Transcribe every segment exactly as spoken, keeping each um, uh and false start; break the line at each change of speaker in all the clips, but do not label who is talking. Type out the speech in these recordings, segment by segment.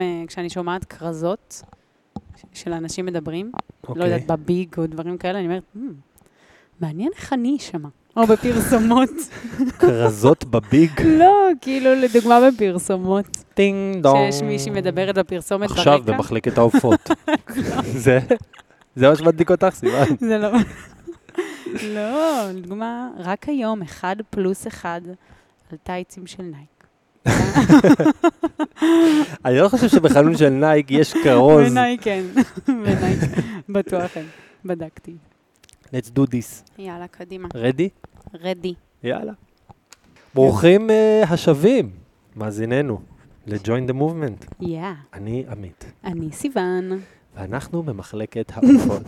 כשאני שומעת קרזות של אנשים מדברים,
אוקיי.
לא יודעת, בביג או דברים כאלה, אני אומרת, מעניין איך אני שמה. או בפרסומות.
קרזות בביג?
לא, כאילו, לדוגמה בפרסומות.
טינג דונג.
שיש מישהי מדברת בפרסומת ברקע.
עכשיו במחלקת העופות. זה, זה מה שמדליק אותך, סימן.
זה לא. לא, לדוגמה, רק היום, אחד פלוס אחד על טייצים של נייק.
אני לא חושב שבחלון של נייק יש קרוז.
בנייק כן, בנייק, בטוח אין, בדקתי.
Let's do this.
יאללה, קדימה.
Ready?
רדי.
יאללה. ברוכים uh, השבים, מאזיננו, ל-Join the Movement.
יאה.
אני עמית.
אני סיוון.
ואנחנו במחלקת העופות.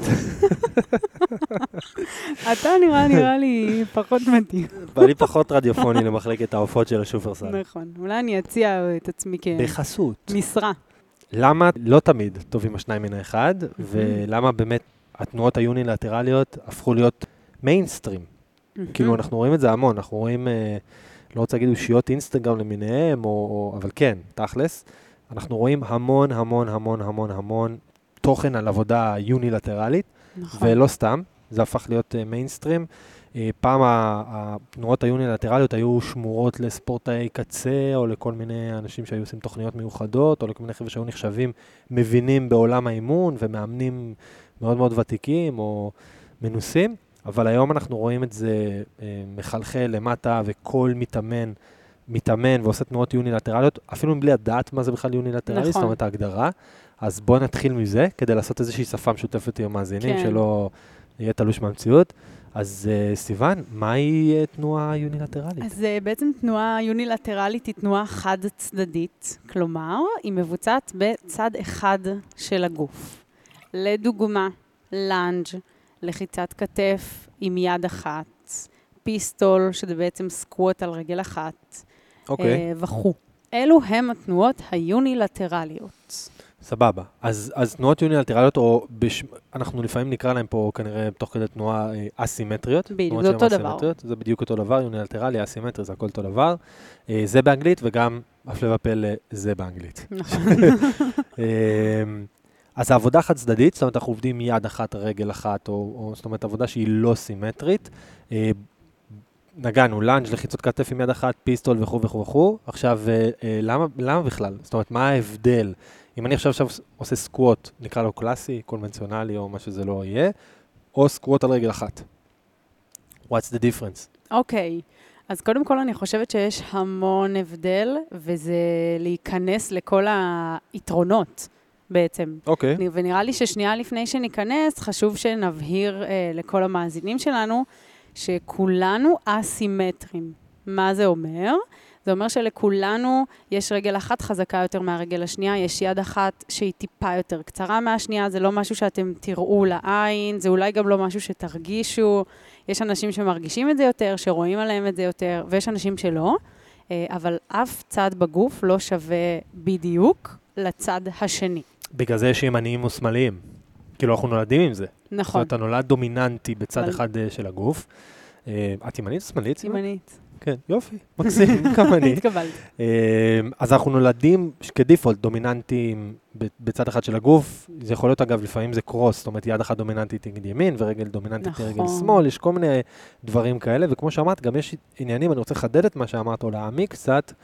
אתה נראה, נראה לי פחות מתאים.
ואני פחות רדיופוני למחלקת העופות של השופרסל.
נכון. אולי אני אציע את עצמי
בחסות.
כמשרה.
למה לא תמיד טובים השניים מן האחד, ולמה באמת התנועות היונילטרליות הפכו להיות מיינסטרים. כאילו אנחנו רואים את זה המון, אנחנו רואים, לא רוצה להגיד אושיות אינסטגרם למיניהם, אבל כן, תכלס, אנחנו רואים המון המון המון המון המון תוכן על עבודה יונילטרלית, ולא סתם, זה הפך להיות מיינסטרים. פעם התנועות היונילטרליות היו שמורות לספורטאי קצה, או לכל מיני אנשים שהיו עושים תוכניות מיוחדות, או לכל מיני חבר'ה שהיו נחשבים מבינים בעולם האימון, ומאמנים מאוד מאוד ותיקים או מנוסים, אבל היום אנחנו רואים את זה מחלחל למטה, וכל מתאמן, מתאמן ועושה תנועות יונילטרליות, אפילו מבלי לדעת מה זה בכלל יונילטרלי, זאת אומרת ההגדרה. אז בואו נתחיל מזה, כדי לעשות איזושהי שפה משותפת עם המאזינים, שלא יהיה תלוש מהמציאות. אז סיוון, מהי תנועה יונילטרלית?
אז בעצם תנועה יונילטרלית היא תנועה חד-צדדית, כלומר, היא מבוצעת בצד אחד של הגוף. לדוגמה, לנג', לחיצת כתף עם יד אחת, פיסטול, שזה בעצם סקווט על רגל אחת,
אוקיי.
וכו'. אלו הם התנועות היונילטרליות.
סבבה. אז, אז תנועות יונילטרליות, או בש... אנחנו לפעמים נקרא להם פה כנראה תוך כדי תנועה אסימטריות.
בדיוק, זה אותו דבר.
זה בדיוק אותו דבר, יונילטרלי, אסימטרי, זה הכל אותו דבר. זה באנגלית, וגם הפלא ופלא זה באנגלית.
נכון.
אז העבודה חד צדדית, זאת אומרת, אנחנו עובדים יד אחת, רגל אחת, או, או זאת אומרת, עבודה שהיא לא סימטרית. נגענו, לנג' לחיצות כתף עם יד אחת, פיסטול וכו' וכו' וכו'. עכשיו, למה, למה בכלל? זאת אומרת, מה ההבדל? אם אני עכשיו עושה סקווט, נקרא לו קלאסי, קונבנציונלי, או מה שזה לא יהיה, או סקווט על רגל אחת. What's the difference?
אוקיי, אז קודם כל אני חושבת שיש המון הבדל, וזה להיכנס לכל היתרונות בעצם.
אוקיי.
ונראה לי ששנייה לפני שניכנס, חשוב שנבהיר אה, לכל המאזינים שלנו, שכולנו אסימטרים. מה זה אומר? זה אומר שלכולנו יש רגל אחת חזקה יותר מהרגל השנייה, יש יד אחת שהיא טיפה יותר קצרה מהשנייה, זה לא משהו שאתם תראו לעין, זה אולי גם לא משהו שתרגישו, יש אנשים שמרגישים את זה יותר, שרואים עליהם את זה יותר, ויש אנשים שלא, אבל אף צד בגוף לא שווה בדיוק לצד השני.
בגלל זה יש ימניים ושמאליים, כאילו אנחנו נולדים עם זה.
נכון.
זאת אומרת, אתה נולד דומיננטי בצד אחד של הגוף. את ימנית או שמאלית?
ימנית.
כן, יופי, מקסים, גם אני.
התקבלת.
אז אנחנו נולדים כדיפולט דומיננטיים בצד אחד של הגוף, זה יכול להיות אגב, לפעמים זה קרוס, זאת אומרת יד אחת דומיננטית נגד ימין, ורגל דומיננטית נגד שמאל, יש כל מיני דברים כאלה, וכמו שאמרת, גם יש עניינים, אני רוצה לחדד את מה שאמרת, או להעמיק קצת,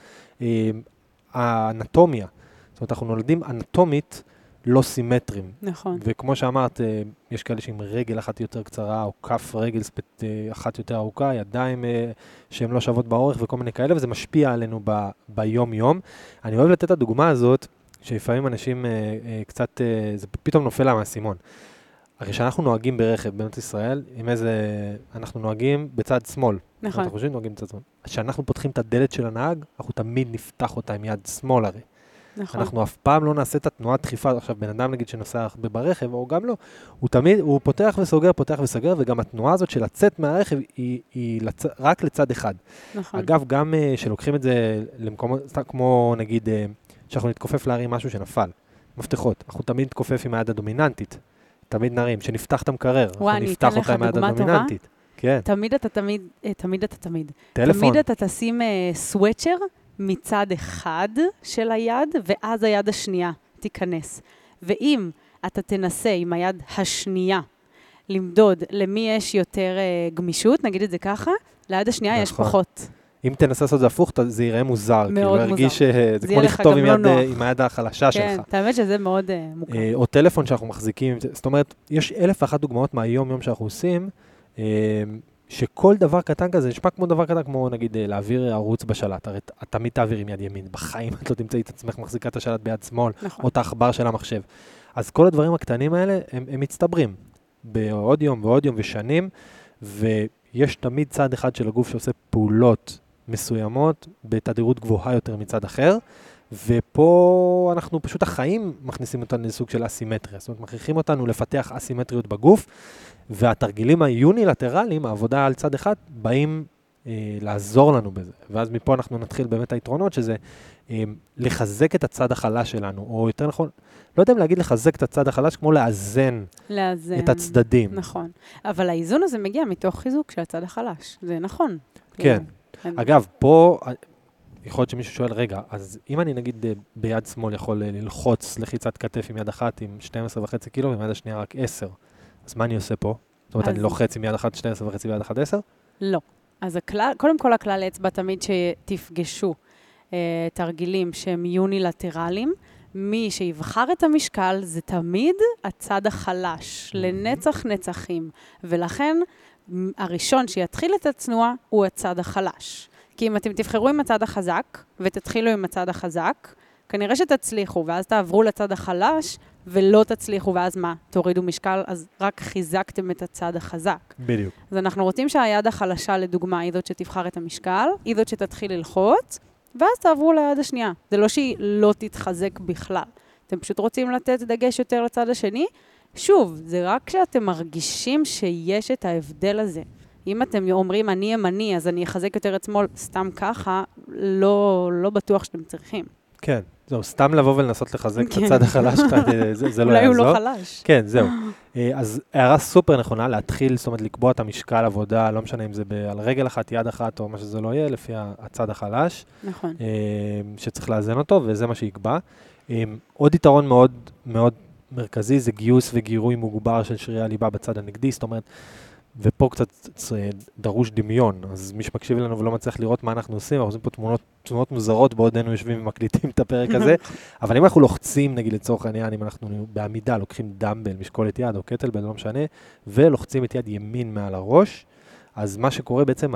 האנטומיה, זאת אומרת, אנחנו נולדים אנטומית, לא סימטרים.
נכון.
וכמו שאמרת, יש כאלה שעם רגל אחת יותר קצרה, או כף רגל ספט אחת יותר ארוכה, ידיים שהן לא שוות באורך וכל מיני כאלה, וזה משפיע עלינו ב- ביום-יום. אני אוהב לתת את הדוגמה הזאת, שלפעמים אנשים קצת, זה פתאום נופל להם מהסימון. הרי שאנחנו נוהגים ברכב במדינת ישראל, עם איזה, אנחנו נוהגים בצד שמאל.
נכון.
אנחנו חושבים נוהגים בצד שמאל. כשאנחנו פותחים את הדלת של הנהג, אנחנו תמיד נפתח אותה עם יד שמאל הרי.
נכון.
אנחנו אף פעם לא נעשה את התנועת דחיפה, עכשיו בן אדם נגיד שנוסע ברכב, או גם לא, הוא תמיד, הוא פותח וסוגר, פותח וסוגר, וגם התנועה הזאת של לצאת מהרכב היא, היא לצ... רק לצד אחד.
נכון.
אגב, גם uh, שלוקחים את זה למקומות, כמו נגיד, uh, שאנחנו נתכופף להרים משהו שנפל, מפתחות, אנחנו תמיד נתכופף עם היד הדומיננטית, תמיד נרים, שנפתח את המקרר, אנחנו נפתח אותה עם היד הדומיננטית. כן.
תמיד אתה תמיד, תמיד אתה תמיד.
טלפון.
תמיד אתה תשים סוואצ'ר, מצד אחד של היד, ואז היד השנייה תיכנס. ואם אתה תנסה עם היד השנייה למדוד למי יש יותר uh, גמישות, נגיד את זה ככה, ליד השנייה נכון. יש פחות.
אם תנסה לעשות זה הפוך, זה יראה מוזר.
מאוד מוזר.
להרגיש, זה, זה כמו לכתוב עם, יד, לא עם היד החלשה
כן,
שלך.
כן, האמת שזה מאוד uh, מוכר. Uh,
או טלפון שאנחנו מחזיקים, זאת אומרת, יש אלף ואחת דוגמאות מהיום-יום שאנחנו עושים, uh, שכל דבר קטן כזה, נשמע כמו דבר קטן, כמו נגיד להעביר ערוץ בשלט, הרי את תמיד תעביר עם יד ימין, בחיים את לא תמצאי את עצמך מחזיקה את השלט ביד שמאל, נכון. או את העכבר של המחשב. אז כל הדברים הקטנים האלה, הם, הם מצטברים בעוד יום ועוד יום ושנים, ויש תמיד צד אחד של הגוף שעושה פעולות מסוימות, בתדירות גבוהה יותר מצד אחר, ופה אנחנו פשוט החיים מכניסים אותנו לסוג של אסימטריה, זאת אומרת, מכריחים אותנו לפתח אסימטריות בגוף, והתרגילים היונילטרליים, העבודה על צד אחד, באים אה, לעזור לנו בזה. ואז מפה אנחנו נתחיל באמת היתרונות, שזה אה, לחזק את הצד החלש שלנו, או יותר נכון, לא יודע אם להגיד לחזק את הצד החלש, כמו לאזן,
לאזן
את הצדדים.
נכון. אבל האיזון הזה מגיע מתוך חיזוק של הצד החלש. זה נכון.
כן. כאילו, אגב, פה יכול להיות שמישהו שואל, רגע, אז אם אני נגיד ביד שמאל יכול ללחוץ לחיצת כתף עם יד אחת עם שתים עשרה וחצי קילו, ועם יד השנייה רק עשר, אז מה אני עושה פה? זאת אומרת, אני לוחץ עם יד אחת שתים עשרה וחצי ויד אחת עשר?
לא. אז הכלל, קודם כל הכלל אצבע תמיד שתפגשו אה, תרגילים שהם יונילטרליים, מי שיבחר את המשקל זה תמיד הצד החלש, לנצח נצחים, ולכן הראשון שיתחיל את הצנועה הוא הצד החלש. כי אם אתם תבחרו עם הצד החזק, ותתחילו עם הצד החזק, כנראה שתצליחו, ואז תעברו לצד החלש, ולא תצליחו, ואז מה? תורידו משקל, אז רק חיזקתם את הצד החזק.
בדיוק.
אז אנחנו רוצים שהיד החלשה, לדוגמה, היא זאת שתבחר את המשקל, היא זאת שתתחיל ללחוץ, ואז תעברו ליד השנייה. זה לא שהיא לא תתחזק בכלל. אתם פשוט רוצים לתת דגש יותר לצד השני. שוב, זה רק כשאתם מרגישים שיש את ההבדל הזה. אם אתם אומרים, אני ימני, אז אני אחזק יותר את שמאל, סתם ככה, לא, לא בטוח שאתם צריכים.
כן, זהו, סתם לבוא ולנסות לחזק את הצד החלש, זה לא יעזור.
אולי הוא לא חלש.
כן, זהו. אז הערה סופר נכונה, להתחיל, זאת אומרת, לקבוע את המשקל עבודה, לא משנה אם זה על רגל אחת, יד אחת, או מה שזה לא יהיה, לפי הצד החלש.
נכון.
שצריך לאזן אותו, וזה מה שיקבע. עוד יתרון מאוד מאוד מרכזי, זה גיוס וגירוי מוגבר של שרירי הליבה בצד הנגדי, זאת אומרת, ופה קצת דרוש דמיון, אז מי שמקשיב לנו ולא מצליח לראות מה אנחנו עושים, אנחנו עושים פה תמונות, תמונות מוזרות, בעודנו יושבים ומקליטים את הפרק הזה, אבל אם אנחנו לוחצים, נגיד לצורך העניין, אם אנחנו בעמידה, לוקחים דמבל, משקולת יד או קטלבל, לא משנה, ולוחצים את יד ימין מעל הראש, אז מה שקורה בעצם,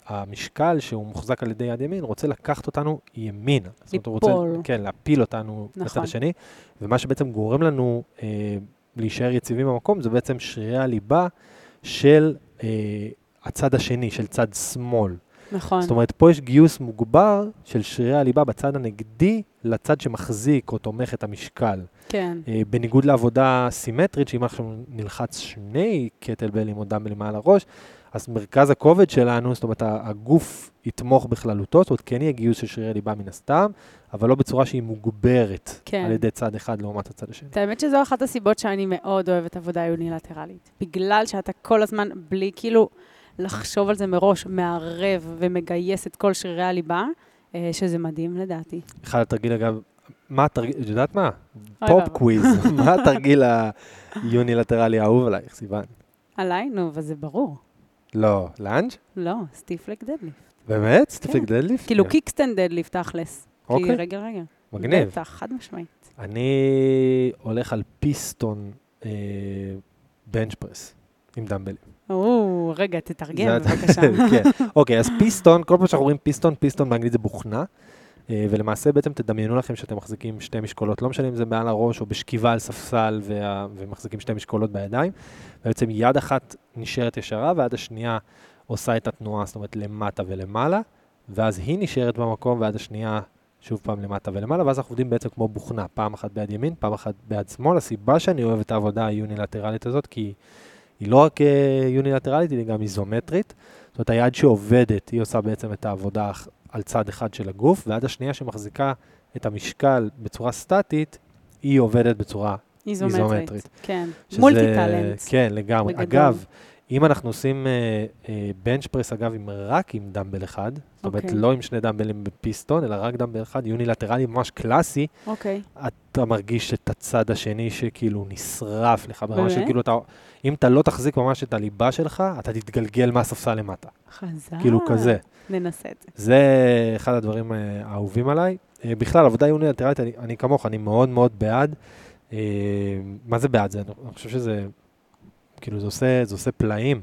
המשקל שהוא מוחזק על ידי יד ימין, רוצה לקחת אותנו ימין.
ליפול.
רוצה, כן, להפיל אותנו נכון. לצד השני, ומה שבעצם גורם לנו אה, להישאר יציבים במקום, זה בעצם שרירי הליבה, של אה, הצד השני, של צד שמאל.
נכון. זאת
אומרת, פה יש גיוס מוגבר של שרירי הליבה בצד הנגדי, לצד שמחזיק או תומך את המשקל.
כן.
אה, בניגוד לעבודה סימטרית, שאם אנחנו נלחץ שני קטלבלים או דמבלים מעל הראש, אז מרכז הכובד שלנו, זאת אומרת, הגוף יתמוך בכללותו, זאת אומרת, כן יהיה גיוס של שרירי ליבה מן הסתם, אבל לא בצורה שהיא מוגברת כן. על ידי צד אחד לעומת הצד השני.
האמת שזו אחת הסיבות שאני מאוד אוהבת עבודה יונילטרלית. בגלל שאתה כל הזמן בלי כאילו לחשוב על זה מראש, מערב ומגייס את כל שרירי הליבה, שזה מדהים לדעתי.
אחד התרגיל אגב, מה התרגיל, את יודעת מה? פופ קוויז, מה התרגיל היונילטרלי האהוב עלייך, סיוון?
עליי? נו, וזה ברור.
לא, לאנג'?
לא, סטיפלק דדליפט.
באמת? סטיפלק דדליפט?
כאילו קיקסטנד דדליפט תכלס.
אוקיי.
כי רגע, רגע.
מגניב.
בטח, חד משמעית.
אני הולך על פיסטון בנץ' פרס, עם דמבלים.
או, רגע, תתרגם בבקשה.
כן. אוקיי, אז פיסטון, כל פעם שאנחנו רואים פיסטון, פיסטון באנגלית זה בוכנה, ולמעשה בעצם תדמיינו לכם שאתם מחזיקים שתי משקולות, לא משנה אם זה מעל הראש או בשכיבה על ספסל ומחזיקים שתי משקולות בידיים, ובעצם יד אחת נשארת ישרה, ועד השנייה עושה את התנועה, זאת אומרת למטה ולמעלה, ואז היא נשארת במקום, ועד השנייה שוב פעם למטה ולמעלה, ואז אנחנו עובדים בעצם כמו בוכנה, פעם אחת ביד ימין, פעם אחת ביד שמאל. הסיבה שאני אוהב את העבודה היונילטרלית הזאת, כי היא לא רק יונילטרלית, היא גם איזומטרית. זאת אומרת, היד שעובדת, היא עושה בעצם את העבודה על צד אחד של הגוף, ועד השנייה שמחזיקה את המשקל בצורה סטטית, היא עובדת בצורה איזומטרית.
איזומטרית, כן. מולטי טלנט.
כן, לגמרי. בגדול. אגב, אם אנחנו עושים בנץ' פרס, אגב, עם רק עם דמבל אחד, זאת אומרת, לא עם שני דמבלים בפיסטון, אלא רק דמבל אחד, יונילטרלי ממש קלאסי, אתה מרגיש את הצד השני שכאילו נשרף לך, ברמה שכאילו אתה, אם אתה לא תחזיק ממש את הליבה שלך, אתה תתגלגל מהספסל למטה.
חזק.
כאילו כזה.
ננסה את זה.
זה אחד הדברים האהובים עליי. בכלל, עבודה יונילטרלית, אני, אני כמוך, אני מאוד מאוד בעד. מה זה בעד? זה, אני חושב שזה, כאילו זה עושה, זה עושה פלאים.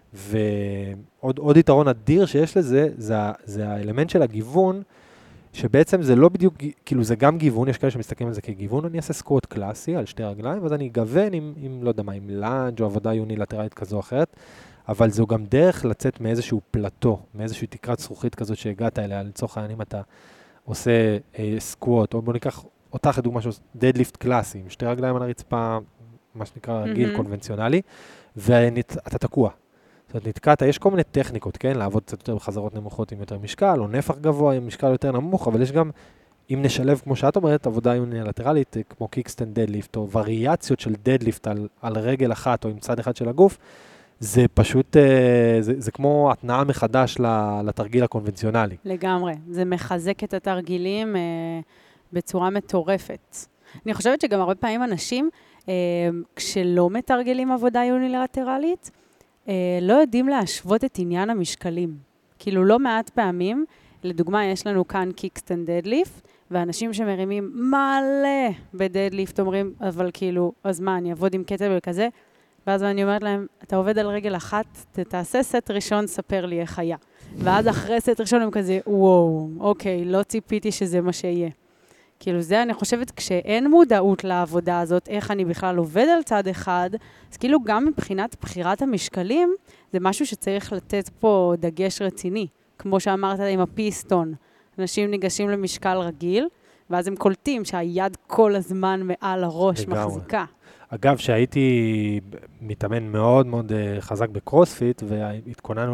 ועוד עוד יתרון אדיר שיש לזה, זה, זה האלמנט של הגיוון, שבעצם זה לא בדיוק, כאילו זה גם גיוון, יש כאלה שמסתכלים על זה כגיוון, אני אעשה סקווט קלאסי על שתי רגליים, ואז אני אגוון עם, עם, לא יודע מה, עם לנג' או עבודה יונילטרלית כזו או אחרת, אבל זו גם דרך לצאת מאיזשהו פלטו, מאיזשהו תקרת זכוכית כזאת שהגעת אליה, לצורך העניין אם אתה עושה אה, סקווט, או בוא ניקח אותך לדוגמה שעושה דדליפט קלאסי, עם שתי רגליים על הרצפה, מה שנקרא רגיל, mm-hmm. קונבנציונלי, ואתה תקוע. זאת אומרת, נתקעת, יש כל מיני טכניקות, כן? לעבוד קצת יותר בחזרות נמוכות עם יותר משקל, או נפח גבוה עם משקל יותר נמוך, אבל יש גם, אם נשלב, כמו שאת אומרת, עבודה יונילטרלית, כמו קיקסטנד דדליפט, או וריאציות של דדליפט על, על רגל אחת, או עם צד אחד של הגוף, זה פשוט, זה, זה כמו התנאה מחדש לתרגיל הקונבנציונלי.
לגמרי. זה מחזק את התרגילים אה, בצורה מטורפת. אני חושבת שגם הרבה פעמים אנשים, אה, כשלא מתרגלים עבודה יונילטרלית, אה, לא יודעים להשוות את עניין המשקלים. כאילו לא מעט פעמים, לדוגמה יש לנו כאן קיקסטנד דדליפט, ואנשים שמרימים מלא בדדליפט אומרים, אבל כאילו, אז מה, אני אעבוד עם קטבל כזה? ואז אני אומרת להם, אתה עובד על רגל אחת, תעשה סט ראשון, ספר לי איך היה. ואז אחרי סט ראשון הם כזה, וואו, אוקיי, לא ציפיתי שזה מה שיהיה. כאילו זה, אני חושבת, כשאין מודעות לעבודה הזאת, איך אני בכלל עובד על צד אחד, אז כאילו גם מבחינת בחירת המשקלים, זה משהו שצריך לתת פה דגש רציני. כמו שאמרת עם הפיסטון, אנשים ניגשים למשקל רגיל, ואז הם קולטים שהיד כל הזמן מעל הראש לגמרי. מחזיקה.
אגב, שהייתי מתאמן מאוד מאוד חזק בקרוספיט, והתכוננו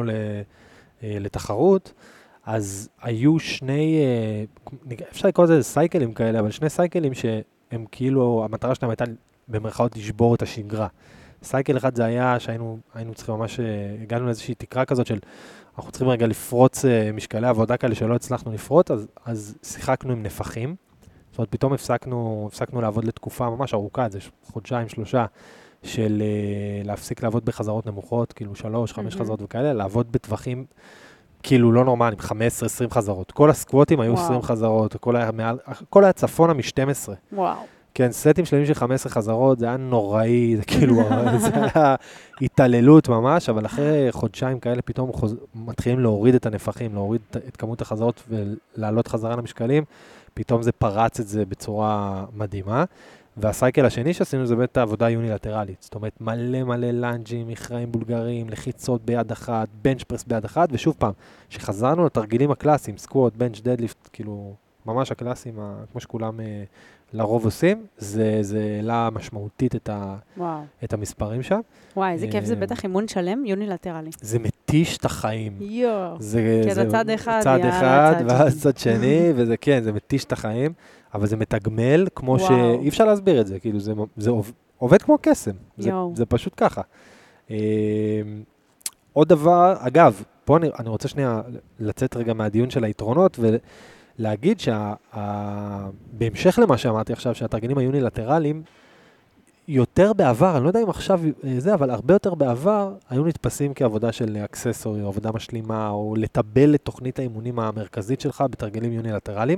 לתחרות, אז היו שני, אפשר לקרוא לזה סייקלים כאלה, אבל שני סייקלים שהם כאילו, המטרה שלהם הייתה במרכאות לשבור את השגרה. סייקל אחד זה היה שהיינו היינו צריכים ממש, הגענו לאיזושהי תקרה כזאת של, אנחנו צריכים רגע לפרוץ משקלי עבודה כאלה שלא הצלחנו לפרוץ, אז, אז שיחקנו עם נפחים. זאת אומרת, פתאום הפסקנו, הפסקנו לעבוד לתקופה ממש ארוכה, זה חודשיים, שלושה, של uh, להפסיק לעבוד בחזרות נמוכות, כאילו שלוש, חמש mm-hmm. חזרות וכאלה, לעבוד בטווחים כאילו לא נורמליים, חמש עשרה, עשרים חזרות. כל הסקווטים היו וואו. עשרים חזרות, כל היה, מעל, כל היה צפונה מ-שתים עשרה.
וואו.
כן, סטים שלמים של חמש עשרה חזרות, זה היה נוראי, זה כאילו, זה היה התעללות ממש, אבל אחרי חודשיים כאלה פתאום חוז... מתחילים להוריד את הנפחים, להוריד את כמות החזרות ולעלות חזרה למשקלים, פתאום זה פרץ את זה בצורה מדהימה, והסייקל השני שעשינו זה באמת העבודה יונילטרלית, זאת אומרת מלא מלא לנג'ים, מכרעים בולגרים, לחיצות ביד אחת, בנץ' פרס ביד אחת, ושוב פעם, שחזרנו לתרגילים הקלאסיים, סקווט, בנץ', דדליפט, כאילו ממש הקלאסיים, כמו שכולם לרוב עושים, זה, זה העלה משמעותית את, ה, את המספרים שם.
וואי, איזה כיף, זה בטח אימון שלם יונילטרלי.
זה מתיש את החיים.
יו,
זה,
כי זה צד אחד,
צד אחד, ואז צד שני, וזה כן, זה מתיש את החיים, אבל זה מתגמל, כמו שאי אפשר להסביר את זה, כאילו זה, זה עובד כמו קסם, זה, זה פשוט ככה. עוד דבר, אגב, פה אני, אני רוצה שנייה לצאת רגע מהדיון של היתרונות, ו... להגיד שבהמשך למה שאמרתי עכשיו, שהתרגילים היונילטרליים, יותר בעבר, אני לא יודע אם עכשיו זה, אבל הרבה יותר בעבר, היו נתפסים כעבודה של אקססורי, או עבודה משלימה, או לטבל את תוכנית האימונים המרכזית שלך בתרגילים יונילטרליים,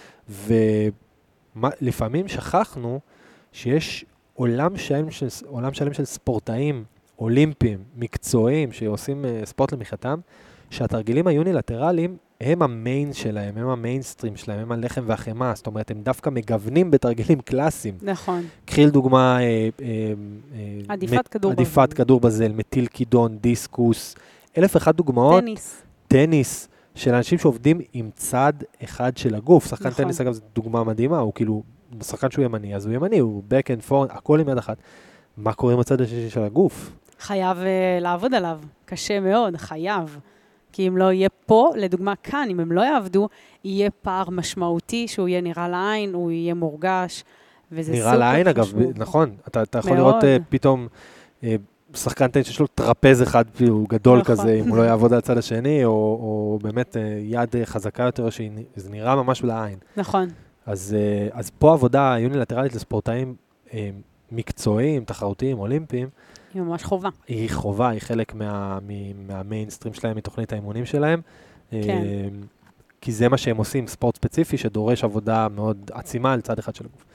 ולפעמים שכחנו שיש עולם שלם של, עולם שלם של ספורטאים, אולימפיים, מקצועיים, שעושים ספורט למחייתם, שהתרגילים היונילטרליים הם המיין שלהם, הם המיינסטרים שלהם, הם הלחם והחמה, זאת אומרת, הם דווקא מגוונים בתרגילים קלאסיים.
נכון.
קחי לדוגמה,
עדיפת כדור בזל.
עדיפת כדור בזל, מטיל כידון, דיסקוס, אלף אחד דוגמאות.
טניס.
טניס, של אנשים שעובדים עם צד אחד של הגוף. שחקן נכון. טניס, אגב, זו דוגמה מדהימה, הוא כאילו, שחקן שהוא ימני, אז הוא ימני, הוא back and forth, הכל עם יד אחת. מה קורה עם הצד השני של הגוף?
חייב uh, לעבוד עליו, קשה מאוד, חייב. כי אם לא יהיה פה, לדוגמה כאן, אם הם לא יעבדו, יהיה פער משמעותי, שהוא יהיה נראה לעין, הוא יהיה מורגש, וזה סופר חשוב.
נראה לעין, אגב, נכון, אתה, אתה יכול לראות uh, פתאום, uh, שחקן טניס שיש לו טרפז אחד, הוא גדול
נכון.
כזה, אם הוא לא יעבוד על הצד השני, או, או באמת יד חזקה יותר, שזה נראה ממש לעין.
נכון.
אז, אז פה עבודה יונילטרלית לספורטאים מקצועיים, תחרותיים, אולימפיים,
היא ממש חובה.
היא חובה, היא חלק מה, מהמיינסטרים שלהם, מתוכנית האימונים שלהם.
כן.
כי זה מה שהם עושים, ספורט ספציפי, שדורש עבודה מאוד עצימה על צד אחד של הגוף.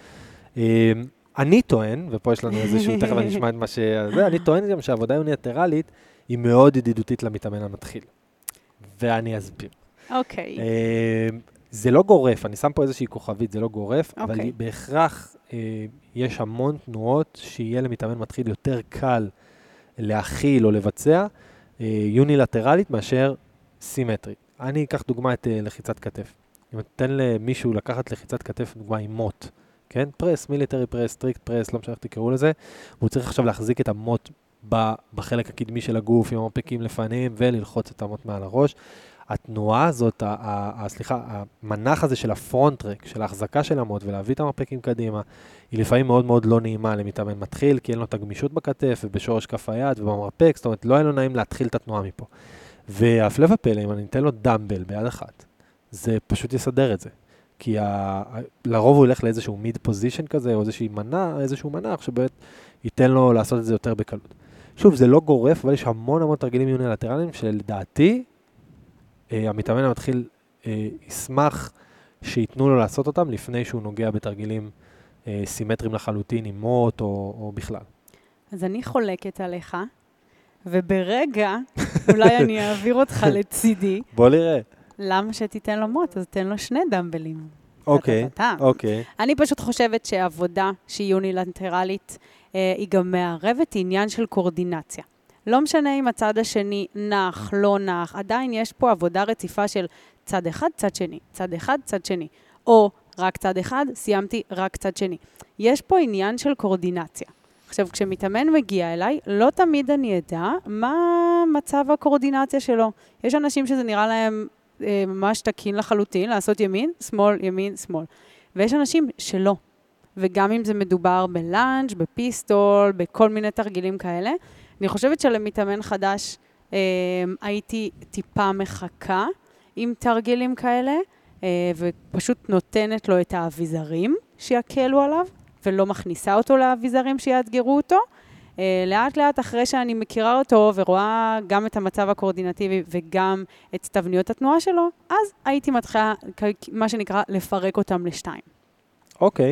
אני טוען, ופה יש לנו איזשהו, תכף אני אשמע את מה ש... אני טוען גם שהעבודה יוניטרלית היא מאוד ידידותית למתאמן המתחיל. ואני אסביר.
אוקיי.
זה לא גורף, אני שם פה איזושהי כוכבית, זה לא גורף,
אוקיי.
אבל בהכרח יש המון תנועות שיהיה למתאמן מתחיל יותר קל להכיל או לבצע יונילטרלית מאשר סימטרית. אני אקח דוגמה את לחיצת כתף. אם תתן למישהו לקחת לחיצת כתף, דוגמה עם מוט, כן? פרס, מיליטרי פרס, סטריקט פרס, לא משנה איך תקראו לזה, והוא צריך עכשיו להחזיק את המוט בחלק הקדמי של הגוף, עם המרפקים לפנים, וללחוץ את המוט מעל הראש. התנועה הזאת, ה- ה- ה- סליחה, המנח הזה של הפרונט-טרק, של ההחזקה של המוט, ולהביא את המרפקים קדימה, היא לפעמים מאוד מאוד לא נעימה למתאמן מתחיל, כי אין לו את הגמישות בכתף, ובשורש כף היד, ובמרפק, זאת אומרת, לא היה לו נעים להתחיל את התנועה מפה. והפלא ופלא, אם אני אתן לו דמבל ביד אחת, זה פשוט יסדר את זה. כי ה... לרוב הוא ילך לאיזשהו מיד פוזישן כזה, או איזשהו מנח, איזשהו מנח, שבאמת ייתן לו לעשות את זה יותר בקלות. שוב, זה לא גורף, אבל יש המון המון תרגילים יונילטרליים, שלדעתי, אה, המתאמן המתחיל אה, ישמח שיתנו לו לעשות אותם, לפני שהוא נוגע בתרגילים אה, סימטריים לחלוטין, עם מוט, או, או בכלל.
אז אני חולקת עליך, וברגע, אולי אני אעביר אותך לצידי.
בוא נראה.
למה שתיתן לו מוט? אז תן לו שני דמבלים.
אוקיי, אוקיי.
אני פשוט חושבת שעבודה שהיא יונילטרלית, אה, היא גם מערבת עניין של קורדינציה. לא משנה אם הצד השני נח, לא נח, עדיין יש פה עבודה רציפה של צד אחד, צד שני, צד אחד, צד שני. או רק צד אחד, סיימתי רק צד שני. יש פה עניין של קורדינציה. עכשיו, כשמתאמן מגיע אליי, לא תמיד אני אדע מה מצב הקורדינציה שלו. יש אנשים שזה נראה להם אה, ממש תקין לחלוטין, לעשות ימין, שמאל, ימין, שמאל. ויש אנשים שלא. וגם אם זה מדובר בלאנג', בפיסטול, בכל מיני תרגילים כאלה, אני חושבת שלמתאמן חדש אה, הייתי טיפה מחכה עם תרגילים כאלה, אה, ופשוט נותנת לו את האביזרים שיקלו עליו, ולא מכניסה אותו לאביזרים שיאתגרו אותו. Uh, לאט לאט אחרי שאני מכירה אותו ורואה גם את המצב הקורדינטיבי וגם את תבניות התנועה שלו, אז הייתי מתחילה, מה שנקרא, לפרק אותם לשתיים.
אוקיי.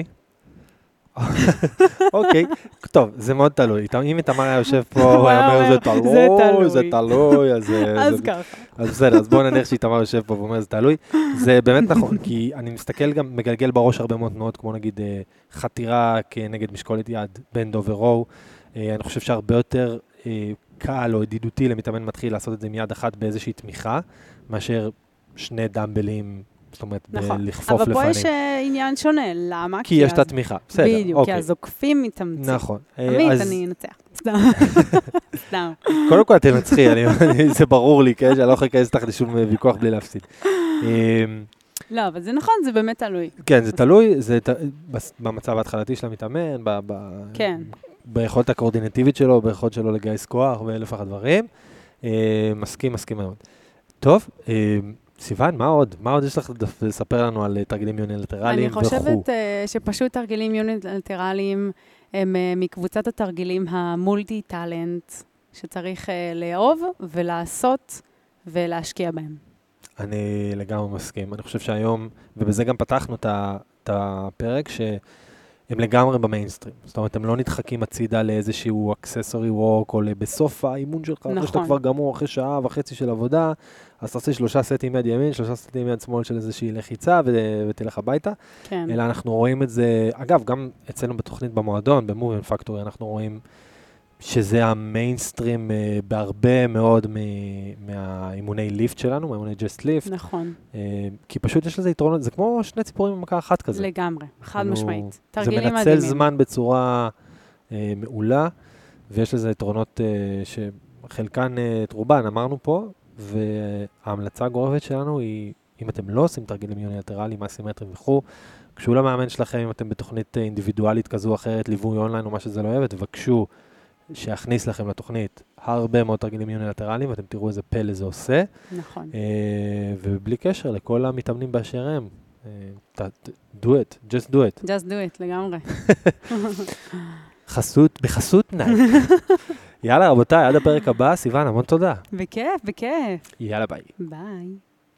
אוקיי. טוב, זה מאוד תלוי. אם איתמר היה יושב פה, הוא היה אומר, זה תלוי, זה תלוי, אז...
אז ככה.
אז בסדר, אז בואו נניח שאיתמר יושב פה ואומר, זה תלוי. זה באמת נכון, כי אני מסתכל גם, מגלגל בראש הרבה מאוד תנועות, כמו נגיד חתירה כנגד משקולת יד, בנד אובר רו. אני חושב שהרבה יותר קל או ידידותי למתאמן מתחיל לעשות את זה מיד אחת באיזושהי תמיכה, מאשר שני דמבלים, זאת אומרת, לכפוף לפנים.
אבל פה יש עניין שונה, למה?
כי יש את התמיכה, בסדר.
בדיוק, כי הזוקפים מתאמצים.
נכון.
עמית, אני אנצח. סתם. סתם.
קודם כל אתם נצחי, זה ברור לי, כן, שאני לא יכול להיכנס תחת לשום ויכוח בלי להפסיד.
לא, אבל זה נכון, זה באמת תלוי.
כן, זה תלוי, זה במצב ההתחלתי של המתאמן,
כן.
ביכולת הקורדינטיבית שלו, ביכולת שלו לגייס כוח ואלף אחת דברים. מסכים, מסכים מאוד. טוב, סיוון, מה עוד? מה עוד יש לך לספר לנו על תרגילים יונילטרליים וכו'?
אני חושבת שפשוט תרגילים יונילטרליים הם מקבוצת התרגילים המולטי-טלנט, שצריך לאהוב ולעשות ולהשקיע בהם.
אני לגמרי מסכים. אני חושב שהיום, ובזה גם פתחנו את הפרק, שהם לגמרי במיינסטרים. זאת אומרת, הם לא נדחקים הצידה לאיזשהו אקססורי וורק, או בסוף האימון שלך, נכון. אחרי שאתה כבר גמור, אחרי שעה וחצי של עבודה, אז אתה עושה שלושה סטים יד ימין, שלושה סטים יד שמאל של איזושהי לחיצה, ו- ותלך הביתה.
כן.
אלא אנחנו רואים את זה, אגב, גם אצלנו בתוכנית במועדון, במובימנט פקטורי, אנחנו רואים שזה המיינסטרים uh, בהרבה מאוד מ- מהאימוני ליפט שלנו, מהאימוני ג'סט ליפט.
נכון.
Uh, כי פשוט יש לזה יתרון, זה כמו שני ציפורים במכה אחת כזה.
לגמרי, חד
כאילו,
משמעית. תרגילים מדהימים.
זה מנצל זמן בצורה uh, מעולה, ויש לזה יתרונות uh, שחלקן, uh, את רובן אמרנו פה, וההמלצה הגורפת שלנו היא, אם אתם לא עושים תרגילים יונילטרליים, אסימטריים וכו', קשו למאמן שלכם, אם אתם בתוכנית אינדיבידואלית כזו או אחרת, ליווי אונליין או מה שזה לא יהיה, ותבקשו שיכניס לכם לתוכנית הרבה מאוד תרגילים יונילטרליים, ואתם תראו איזה פלא זה עושה.
נכון.
ובלי קשר לכל המתאמנים באשר הם, do it, just do it.
just do it, לגמרי.
חסות, בחסות נאי. יאללה, רבותיי, עד הפרק הבא, סיוון, המון תודה.
בכיף, בכיף.
יאללה, ביי.
ביי.